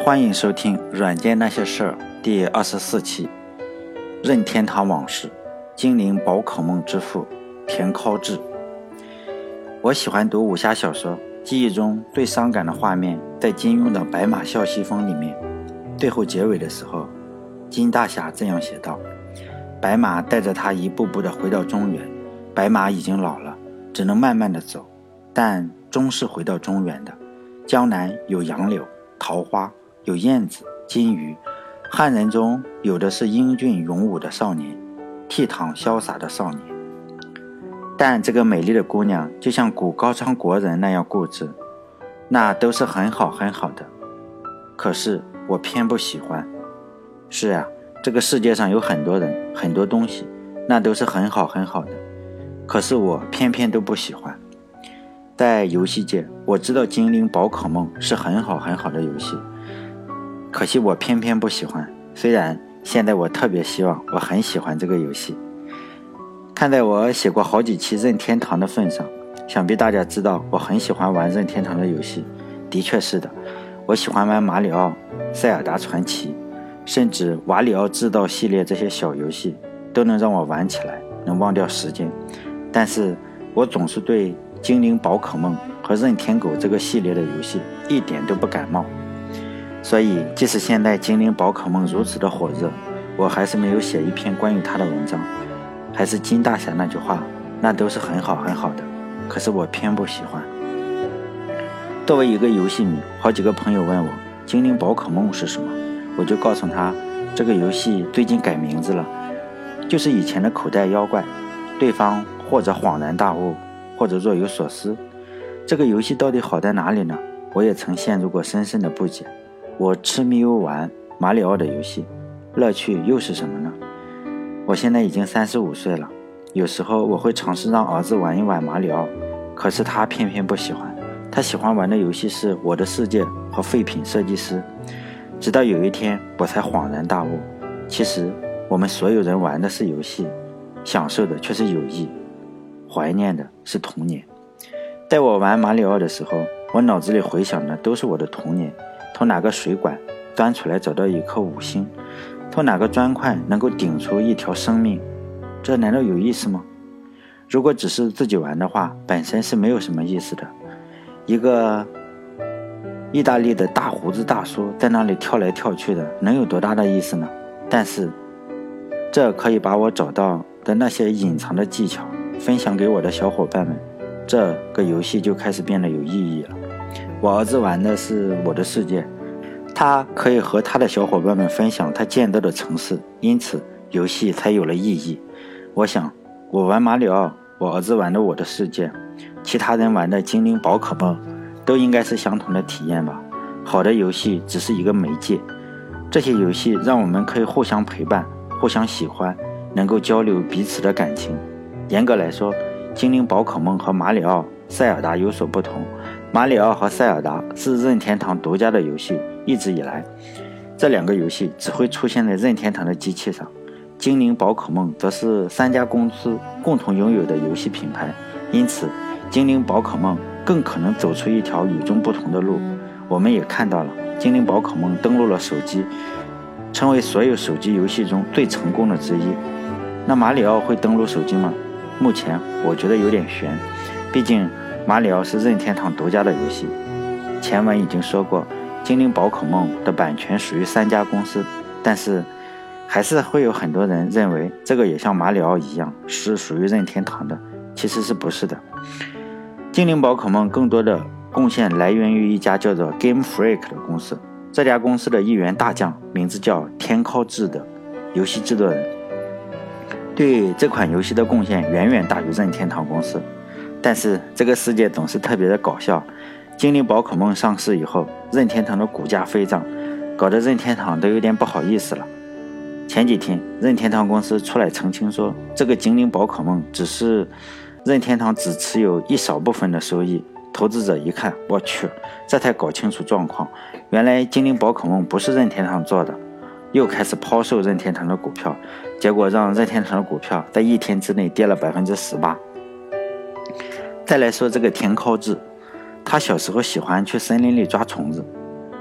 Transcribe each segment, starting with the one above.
欢迎收听《软件那些事儿》第24期，任天堂往事，精灵宝可梦之父田尻智。我喜欢读武侠小说，记忆中最伤感的画面在金庸的《白马啸西风》里面，最后结尾的时候，金大侠这样写道：白马带着他一步步地回到中原，白马已经老了，只能慢慢地走，但终是回到中原的。江南有杨柳、桃花，有燕子、金鱼，汉人中有的是英俊勇武的少年，倜傥潇洒的少年。但这个美丽的姑娘就像古高昌国人那样固执，那都是很好很好的，可是我偏不喜欢。是啊，这个世界上有很多人很多东西，那都是很好很好的，可是我偏偏都不喜欢。在游戏界，我知道精灵宝可梦是很好很好的游戏，可惜我偏偏不喜欢。虽然现在我特别希望我很喜欢这个游戏。看在我写过好几期任天堂的份上，想必大家知道我很喜欢玩任天堂的游戏。的确是的，我喜欢玩马里奥、塞尔达传奇，甚至瓦里奥制造系列这些小游戏都能让我玩起来，能忘掉时间。但是我总是对精灵宝可梦和任天狗这个系列的游戏一点都不感冒。所以即使现在精灵宝可梦如此的火热，我还是没有写一篇关于它的文章。还是金大侠那句话，那都是很好很好的，可是我偏不喜欢。作为一个游戏迷，好几个朋友问我精灵宝可梦是什么，我就告诉他，这个游戏最近改名字了，就是以前的口袋妖怪。对方或者恍然大悟，或者若有所思，这个游戏到底好在哪里呢？我也曾陷入过深深的不解。我痴迷于玩马里奥的游戏，乐趣又是什么呢？我现在已经35岁了，有时候我会尝试让儿子玩一玩马里奥，可是他偏偏不喜欢。他喜欢玩的游戏是我的世界和废品设计师。直到有一天我才恍然大悟，其实我们所有人玩的是游戏，享受的却是友谊，怀念的是童年。在我玩马里奥的时候，我脑子里回想的都是我的童年，从哪个水管钻出来找到一颗五星，从哪个砖块能够顶出一条生命，这难道有意思吗？如果只是自己玩的话，本身是没有什么意思的。一个意大利的大胡子大叔在那里跳来跳去的，能有多大的意思呢？但是这可以把我找到的那些隐藏的技巧分享给我的小伙伴们，这个游戏就开始变得有意义了。我儿子玩的是我的世界，他可以和他的小伙伴们分享他见到的城市，因此游戏才有了意义。我想我玩马里奥，我儿子玩的我的世界，其他人玩的精灵宝可梦，都应该是相同的体验吧。好的游戏只是一个媒介，这些游戏让我们可以互相陪伴，互相喜欢，能够交流彼此的感情。严格来说，精灵宝可梦和马里奥、塞尔达有所不同。马里奥和塞尔达是任天堂独家的游戏，一直以来这两个游戏只会出现在任天堂的机器上。精灵宝可梦则是3家公司共同拥有的游戏品牌，因此精灵宝可梦更可能走出一条与众不同的路。我们也看到了，精灵宝可梦登陆了手机，成为所有手机游戏中最成功的之一。那马里奥会登陆手机吗？目前我觉得有点悬，毕竟马里奥是任天堂独家的游戏。前文已经说过，精灵宝可梦的版权属于3家公司，但是还是会有很多人认为这个也像马里奥一样是属于任天堂的，其实是不是的。精灵宝可梦更多的贡献来源于一家叫做 Game Freak 的公司，这家公司的一员大将名字叫田尻智的游戏制作人，对这款游戏的贡献远远大于任天堂公司。但是这个世界总是特别的搞笑，精灵宝可梦上市以后，任天堂的股价飞涨，搞得任天堂都有点不好意思了。前几天任天堂公司出来澄清说，这个精灵宝可梦只是任天堂只持有一少部分的收益。投资者一看，我去，这才搞清楚状况，原来精灵宝可梦不是任天堂做的，又开始抛售任天堂的股票，结果让任天堂的股票在1天之内跌了18%。再来说这个田尻智，他小时候喜欢去森林里抓虫子，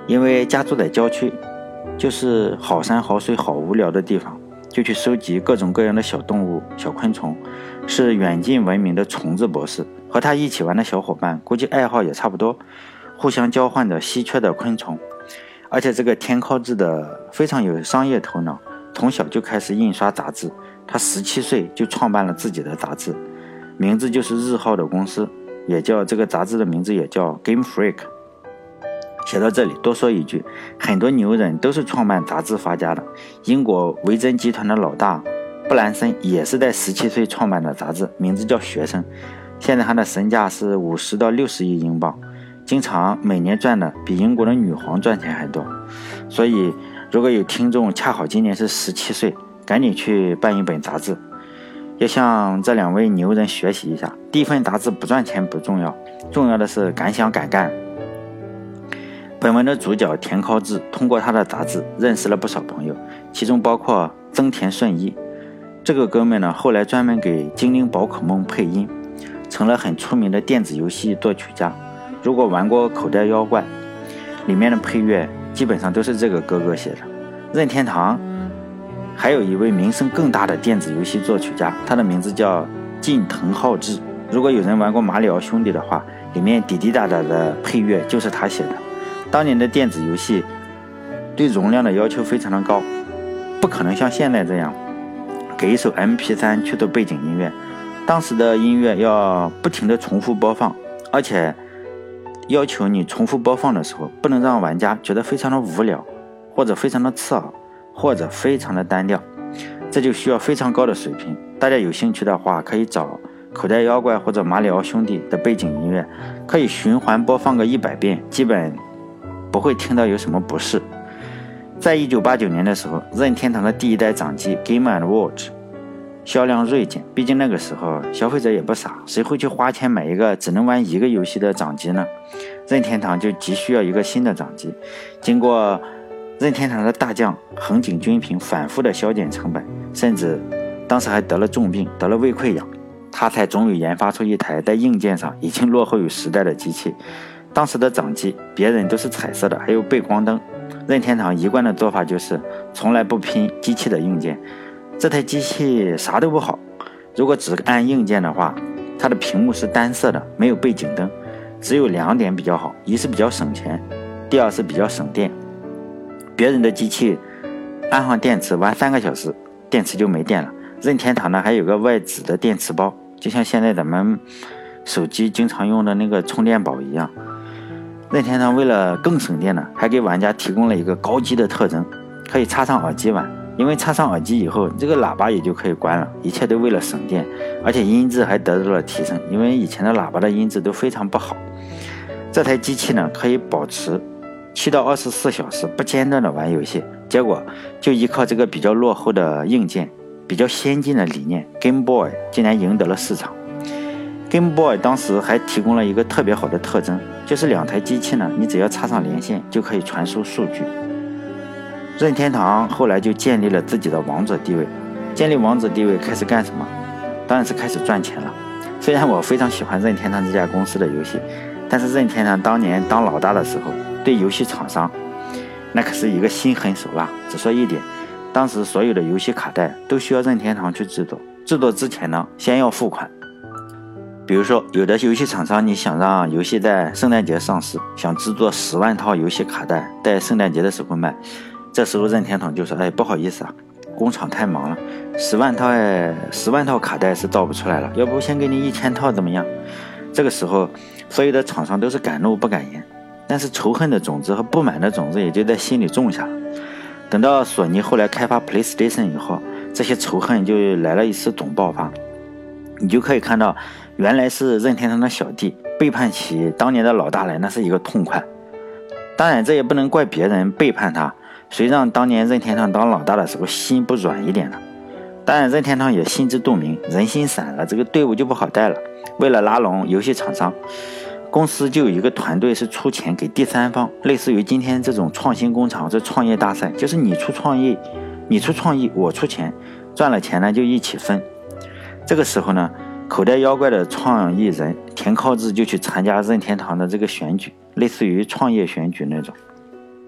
因为家住在郊区，就是好山好水好无聊的地方，就去收集各种各样的小动物、小昆虫，是远近闻名的虫子博士。和他一起玩的小伙伴估计爱好也差不多，互相交换着稀缺的昆虫。而且这个田尻智的非常有商业头脑，从小就开始印刷杂志。他17岁就创办了自己的杂志，名字就是日号的公司，也叫这个杂志的名字也叫 Game Freak。 写到这里多说一句，很多牛人都是创办杂志发家的。英国维珍集团的老大布兰森也是在17岁创办的杂志，名字叫学生。现在他的身价是50到60亿英镑，经常每年赚的比英国的女皇赚钱还多。所以如果有听众恰好今年是17岁，赶紧去办一本杂志，要向这2位牛人学习一下。第一份杂志不赚钱不重要，重要的是敢想敢干。本文的主角田尻智通过他的杂志认识了不少朋友，其中包括增田顺一。这个哥们呢，后来专门给精灵宝可梦配音，成了很出名的电子游戏作曲家。如果玩过口袋妖怪，里面的配乐基本上都是这个哥哥写的。任天堂还有一位名声更大的电子游戏作曲家，他的名字叫近藤浩志。如果有人玩过马里奥兄弟的话，里面滴滴答答的配乐就是他写的。当年的电子游戏对容量的要求非常的高，不可能像现在这样给一首 MP3 去做背景音乐。当时的音乐要不停的重复播放，而且要求你重复播放的时候不能让玩家觉得非常的无聊，或者非常的刺耳，或者非常的单调，这就需要非常高的水平。大家有兴趣的话，可以找口袋妖怪或者马里奥兄弟的背景音乐，可以循环播放个100遍，基本不会听到有什么不适。在1989年的时候，任天堂的第1代掌机 Game & Watch 销量锐减，毕竟那个时候消费者也不傻，谁会去花钱买一个只能玩1个游戏的掌机呢？任天堂就急需要一个新的掌机。经过任天堂的大将横井军平反复的削减成本，甚至当时还得了重病，得了胃溃疡，他才终于研发出一台在硬件上已经落后于时代的机器。当时的掌机别人都是彩色的，还有背光灯，任天堂一贯的做法就是从来不拼机器的硬件。这台机器啥都不好，如果只按硬件的话，它的屏幕是单色的，没有背景灯。只有2点比较好，一是比较省钱，第二是比较省电。别人的机器安上电池玩3个小时电池就没电了，任天堂呢还有个外置的电池包，就像现在咱们手机经常用的那个充电宝一样。任天堂为了更省电呢，还给玩家提供了一个高级的特征，可以插上耳机玩。因为插上耳机以后，这个喇叭也就可以关了，一切都为了省电，而且音质还得到了提升，因为以前的喇叭的音质都非常不好。这台机器呢，可以保持7到24小时不间断的玩游戏，结果就依靠这个比较落后的硬件，比较先进的理念 ，Game Boy 竟然赢得了市场。Game Boy 当时还提供了一个特别好的特征，就是2台机器呢，你只要插上连线就可以传输数据。任天堂后来就建立了自己的王者地位。建立王者地位开始干什么？当然是开始赚钱了。虽然我非常喜欢任天堂这家公司的游戏，但是任天堂当年当老大的时候，对游戏厂商那可是一个心狠手辣。只说一点，当时所有的游戏卡带都需要任天堂去制作，制作之前呢，先要付款。比如说有的游戏厂商，你想让游戏在圣诞节上市，想制作10万套游戏卡带在圣诞节的时候卖，这时候任天堂就说，不好意思啊，工厂太忙了，10万套卡带是造不出来了，要不先给你1000套怎么样？这个时候所有的厂商都是敢怒不敢言，但是仇恨的种子和不满的种子也就在心里种下了。等到索尼后来开发 PlayStation 以后，这些仇恨就来了一次总爆发。你就可以看到，原来是任天堂的小弟背叛起当年的老大来，那是一个痛快。当然这也不能怪别人背叛他，谁让当年任天堂当老大的时候心不软一点呢？当然任天堂也心知肚明，人心散了，这个队伍就不好带了。为了拉拢游戏厂商，公司就有一个团队是出钱给第三方，类似于今天这种创新工厂，这创业大赛，就是你出创意我出钱，赚了钱呢就一起分。这个时候呢，口袋妖怪的创意人田尻智就去参加任天堂的这个选举，类似于创业选举那种。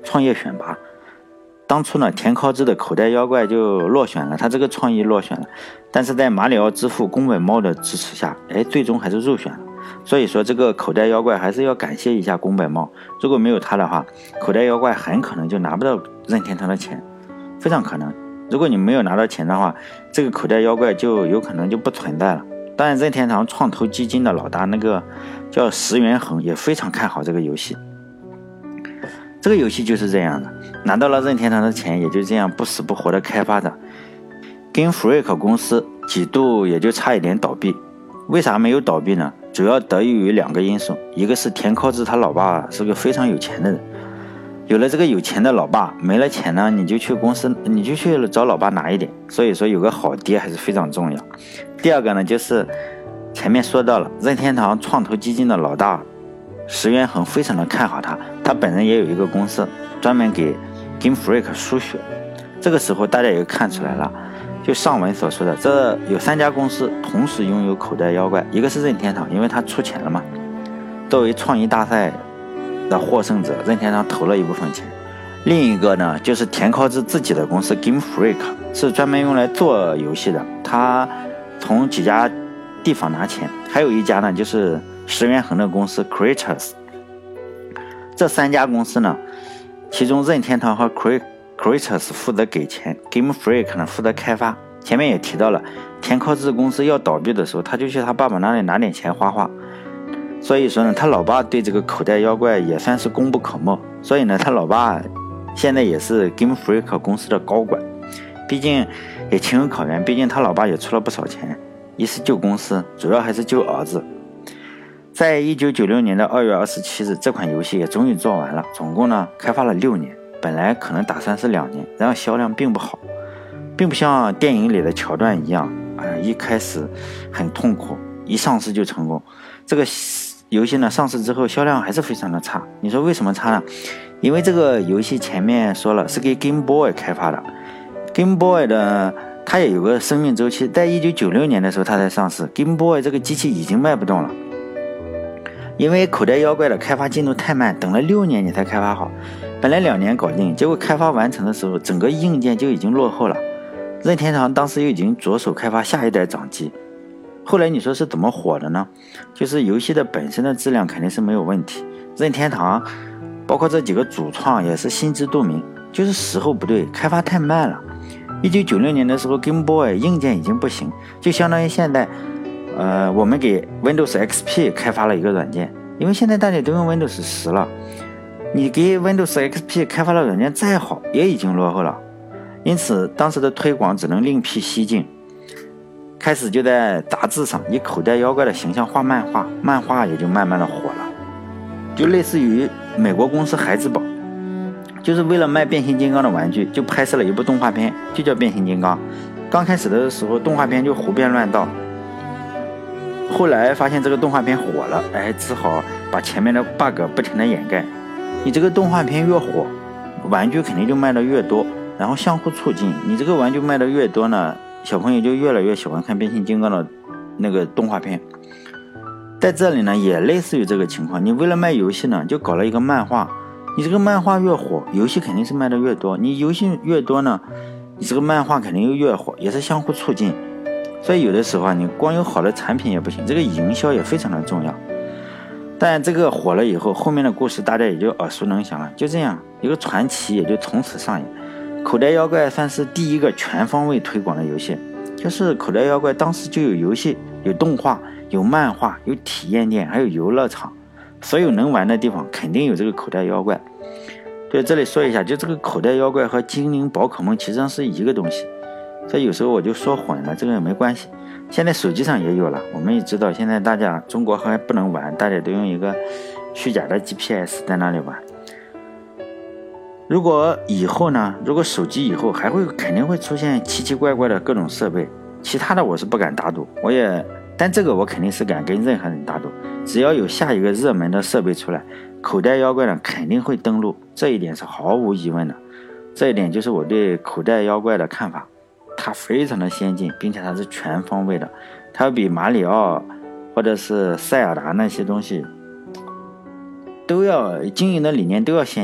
创业选拔。当初呢，田尻智的口袋妖怪就落选了，他这个创意落选了，但是在马里奥之父宫本茂的支持下，最终还是入选了。所以说这个口袋妖怪还是要感谢一下宫本茂，如果没有他的话，口袋妖怪很可能就拿不到任天堂的钱，非常可能。如果你没有拿到钱的话，这个口袋妖怪就有可能就不存在了。当然任天堂创投基金的老大那个叫石原衡也非常看好这个游戏。这个游戏就是这样的，拿到了任天堂的钱，也就这样不死不活的开发着。Game Freak 公司几度也就差一点倒闭，为啥没有倒闭呢？主要得益于2个因素，一个是田尻智他老爸是个非常有钱的人，有了这个有钱的老爸，没了钱呢，你就去找老爸拿一点，所以说有个好爹还是非常重要。第二个呢，就是前面说到了任天堂创投基金的老大石原衡非常的看好他本人也有一个公司专门给 Game Freak 输血。这个时候大家也看出来了，就上文所说的，这有3家公司同时拥有口袋妖怪，一个是任天堂，因为他出钱了嘛，作为创意大赛的获胜者，任天堂投了一部分钱。另一个呢，就是田尻智自己的公司 Game Freak 是专门用来做游戏的，他从几家地方拿钱。还有一家呢，就是石原衡的公司 Creators。 这3家公司呢，其中任天堂和 Creators 负责给钱， Game Freak 呢负责开发。前面也提到了，田尻智公司要倒闭的时候，他就去他爸爸那里拿点钱花。所以说呢，他老爸对这个口袋妖怪也算是功不可没。所以呢，他老爸现在也是 Game Freak 公司的高管，毕竟也情有可原，毕竟他老爸也出了不少钱，一是救公司，主要还是救儿子。在1996年的2月27日，这款游戏也终于做完了，总共呢开发了6年，本来可能打算是2年，然后销量并不好，并不像电影里的桥段一样，一开始很痛苦，一上市就成功。这个游戏呢上市之后销量还是非常的差。你说为什么差呢？因为这个游戏前面说了是给 Game Boy 开发的， Game Boy 的它也有个生命周期，在1996年的时候它才上市， Game Boy 这个机器已经卖不动了。因为口袋妖怪的开发进度太慢，等了6年你才开发好，本来2年搞定，结果开发完成的时候整个硬件就已经落后了。任天堂当时又已经着手开发下一代掌机。后来你说是怎么火的呢？就是游戏的本身的质量肯定是没有问题，任天堂包括这几个主创也是心知肚明，就是时候不对，开发太慢了。1996年的时候 Game Boy 硬件已经不行，就相当于现在我们给 Windows XP 开发了一个软件，因为现在大家都用 Windows 10了，你给 Windows XP 开发的软件再好也已经落后了。因此当时的推广只能另辟蹊径，开始就在杂志上以口袋妖怪的形象画漫画，漫画也就慢慢的火了，就类似于美国公司孩之宝，就是为了卖变形金刚的玩具，就拍摄了一部动画片，就叫变形金刚。刚开始的时候动画片就胡编乱造，后来发现这个动画片火了，只好把前面的 bug 不停的掩盖。你这个动画片越火，玩具肯定就卖的越多，然后相互促进，你这个玩具卖的越多呢，小朋友就越来越喜欢看变形金刚的那个动画片。在这里呢也类似于这个情况，你为了卖游戏呢就搞了一个漫画，你这个漫画越火，游戏肯定是卖的越多，你游戏越多呢，你这个漫画肯定又越火，也是相互促进。所以有的时候你光有好的产品也不行，这个营销也非常的重要。但这个火了以后，后面的故事大家也就耳熟能详了，就这样一个传奇也就从此上演。口袋妖怪算是第一个全方位推广的游戏，就是口袋妖怪当时就有游戏，有动画，有漫画，有体验店，还有游乐场，所有能玩的地方肯定有这个口袋妖怪。对，这里说一下，就这个口袋妖怪和精灵宝可梦其实上是一个东西，这有时候我就说混了，这个也没关系。现在手机上也有了，我们也知道现在大家中国还不能玩，大家都用一个虚假的 GPS 在那里玩。如果以后呢，如果手机以后肯定会出现奇奇怪怪的各种设备，其他的我是不敢打赌，但这个我肯定是敢跟任何人打赌，只要有下一个热门的设备出来，口袋妖怪呢肯定会登陆，这一点是毫无疑问的。这一点就是我对口袋妖怪的看法，它非常的先进，并且它是全方位的，它比马里奥或者是塞尔达那些东西都要经营的理念都要先进，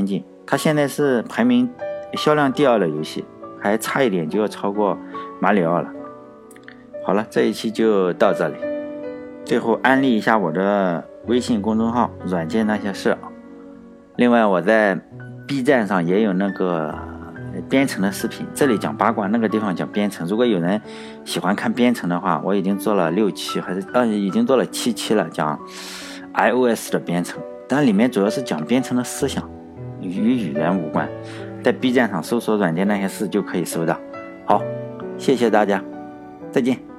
它现在是排名销量第2的游戏，还差一点就要超过马里奥了。好了，这一期就到这里。最后安利一下我的微信公众号软件那些事。另外我在 B 站上也有那个编程的视频，这里讲八卦，那个地方讲编程。如果有人喜欢看编程的话，我已经做了6期，已经做了7期了，讲 iOS 的编程，但里面主要是讲编程的思想，与语言无关。在 B 站上搜索软件那些事就可以搜到。好，谢谢大家，再见。